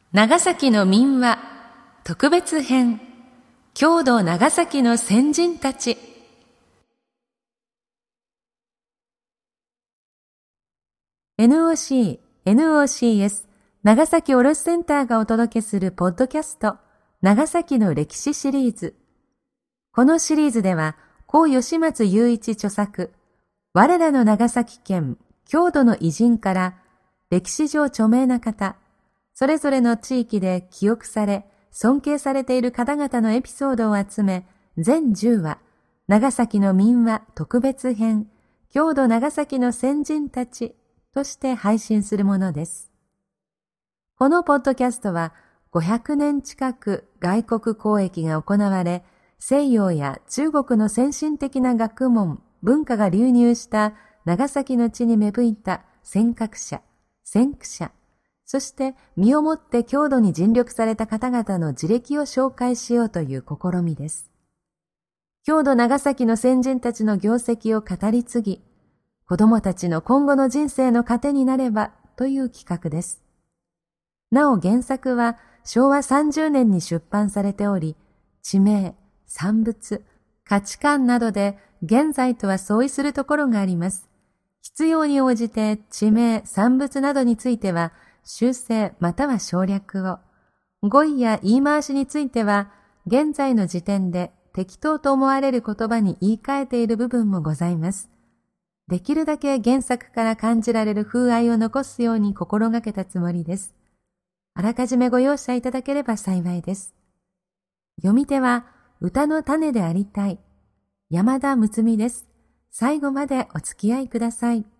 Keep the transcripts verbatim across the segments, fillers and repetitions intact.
長崎の民話特別編、郷土長崎の先人たち。エヌオーシー、エヌオーシーエス 長崎卸センターがお届けするポッドキャスト、長崎の歴史シリーズ。このシリーズでは、高吉松雄一著作、我らの長崎県郷土の偉人から、歴史上著名な方、それぞれの地域で記憶され、尊敬されている方々のエピソードを集め、全じゅうわ、長崎の民話特別編、郷土長崎の先人たちとして配信するものです。このポッドキャストは、ごひゃくねん近く外国交易が行われ、西洋や中国の先進的な学問、文化が流入した長崎の地に芽吹いた先覚者、先駆者、そして身をもって郷土に尽力された方々の事歴を紹介しようという試みです。郷土長崎の先人たちの業績を語り継ぎ、子供たちの今後の人生の糧になればという企画です。なお原作はしょうわさんじゅうねんに出版されており、地名、産物、価値観などで現在とは相違するところがあります。必要に応じて地名、産物などについては修正または省略を、語彙や言い回しについては現在の時点で適当と思われる言葉に言い換えている部分もございます。できるだけ原作から感じられる風合いを残すように心がけたつもりです。あらかじめご容赦いただければ幸いです。読み手は歌の種でありたい山田睦美です。最後までお付き合いください。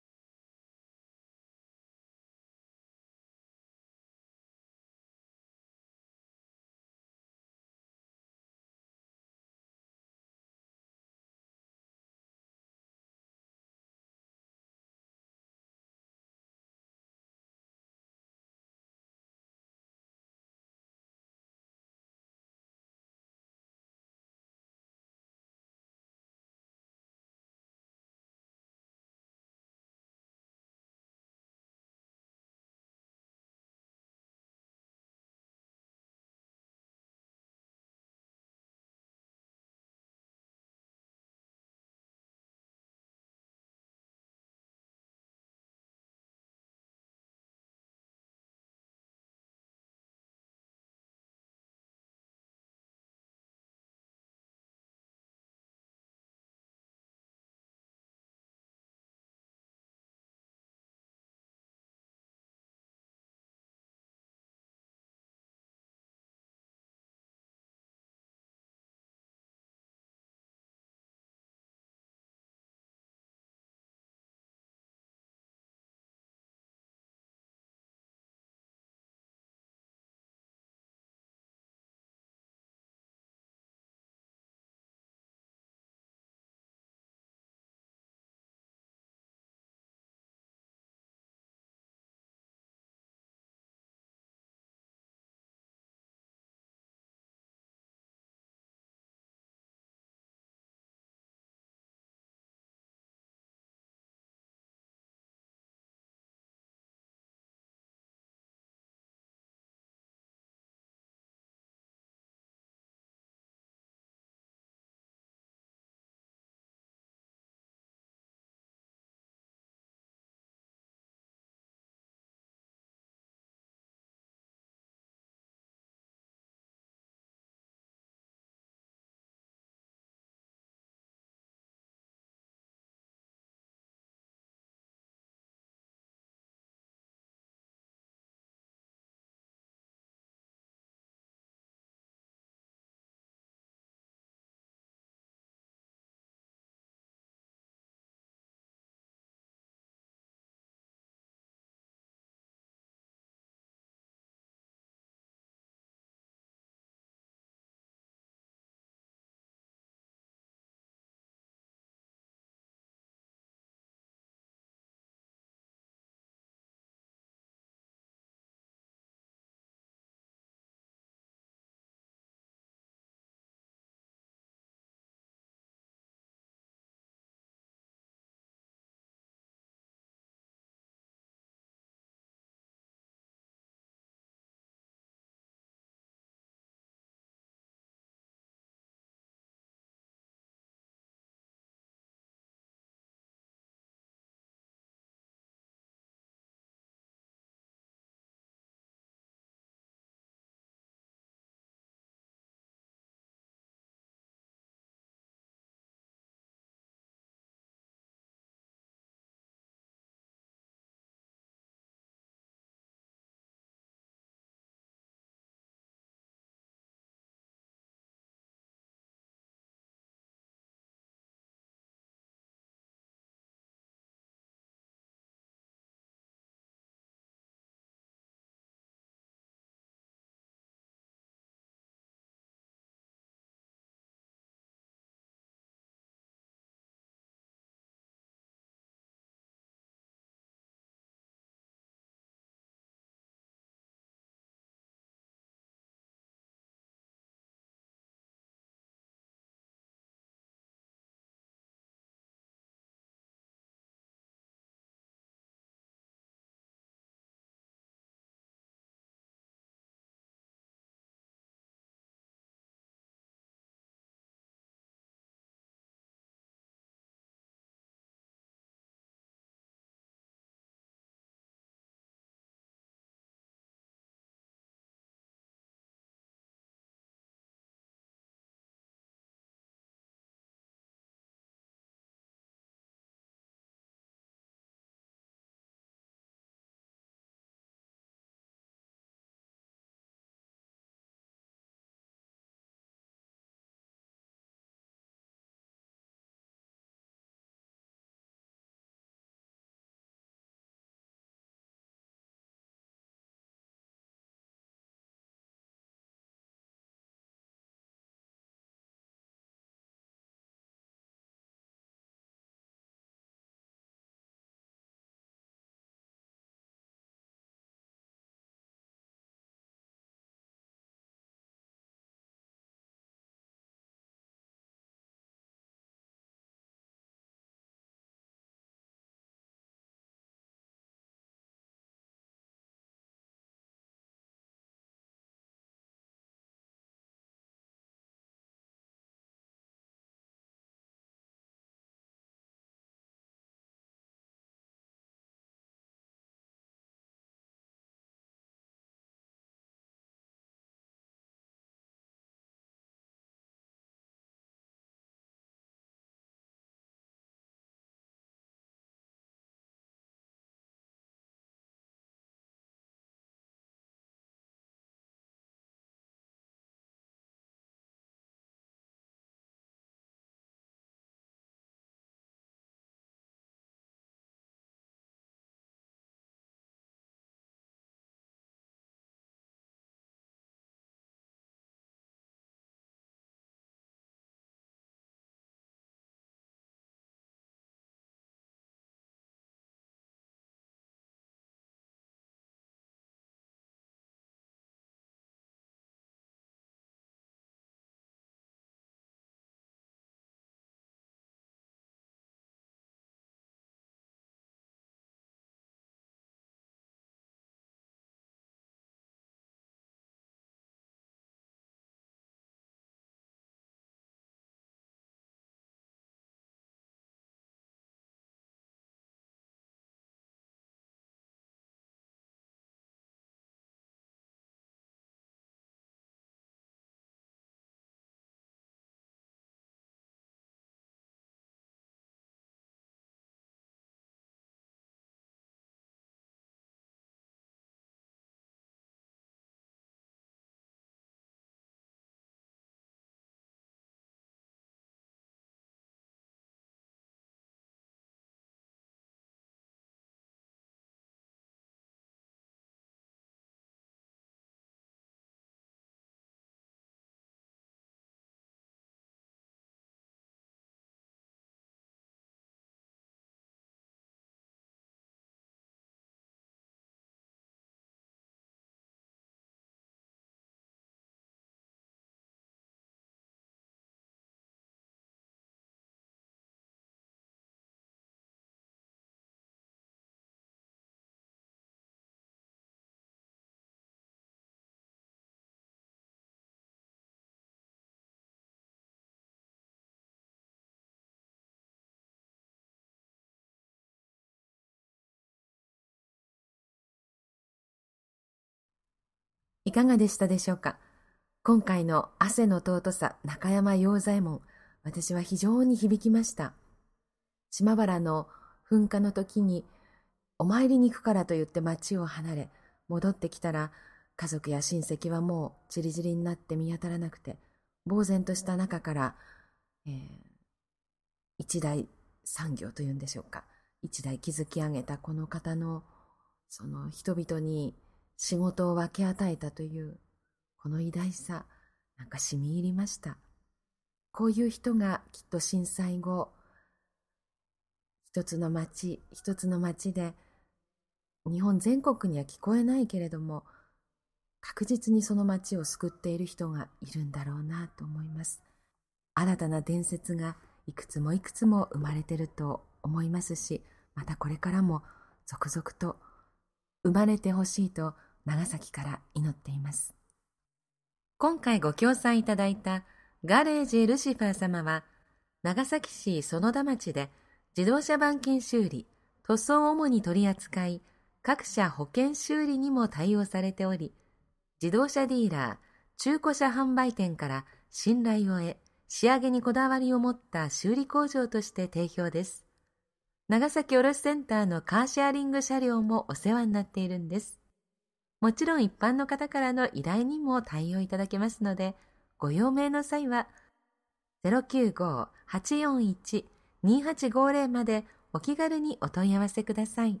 いかがでしたでしょうか。今回の汗の尊さ中山陽左衛門、私は非常に響きました。島原の噴火の時にお参りに行くからと言って町を離れ、戻ってきたら家族や親戚はもうちりぢりになって見当たらなくて、呆然とした中から、えー、一大産業というんでしょうか、一代築き上げたこの方のその人々に仕事を分け与えたというこの偉大さ、なんか染み入りました。こういう人がきっと震災後、一つの町一つの町で、日本全国には聞こえないけれども、確実にその町を救っている人がいるんだろうなと思います。新たな伝説がいくつもいくつも生まれていると思いますし、またこれからも続々と生まれてほしいと長崎から祈っています。今回ご協賛いただいたガレージルシファー様は、長崎市園田町で自動車板金修理、塗装を主に取り扱い、各社保険修理にも対応されており、自動車ディーラー、中古車販売店から信頼を得、仕上げにこだわりを持った修理工場として定評です。長崎卸センターのカーシェアリング車両もお世話になっているんです。もちろん一般の方からの依頼にも対応いただけますので、ご用命の際は ゼロきゅうご はちよんいち にはちごゼロ までお気軽にお問い合わせください。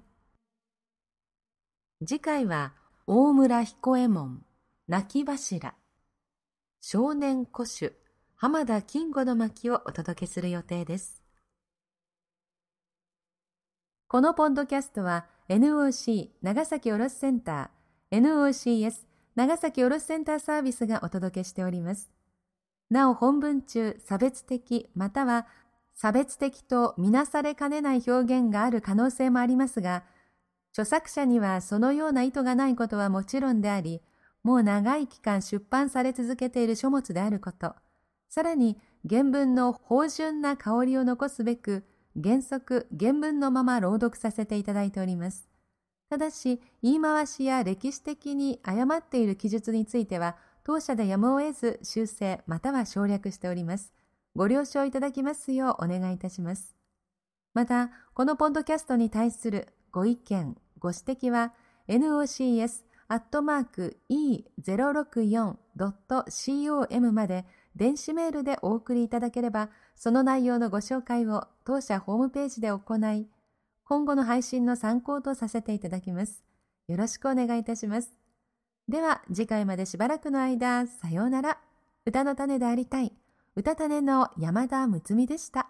次回は大村彦右衛門、泣き柱、少年古酒、浜田金吾の巻をお届けする予定です。このポッドキャストは エヌオーシー 長崎卸センター、エヌオーシーエス 長崎卸センターサービスがお届けしております。なお本文中、差別的または差別的とみなされかねない表現がある可能性もありますが、著作者にはそのような意図がないことはもちろんであり、もう長い期間出版され続けている書物であること、さらに原文の芳醇な香りを残すべく、原則原文のまま朗読させていただいております。ただし、言い回しや歴史的に誤っている記述については、当社でやむを得ず修正または省略しております。ご了承いただきますようお願いいたします。また、このポッドキャストに対するご意見、ご指摘は エヌオーシーエス アットマーク イーゼロろくよん ドット コム まで電子メールでお送りいただければ、その内容のご紹介を当社ホームページで行い、今後の配信の参考とさせていただきます。よろしくお願いいたします。では次回までしばらくの間、さようなら。歌の種でありたい、歌種の山田睦美でした。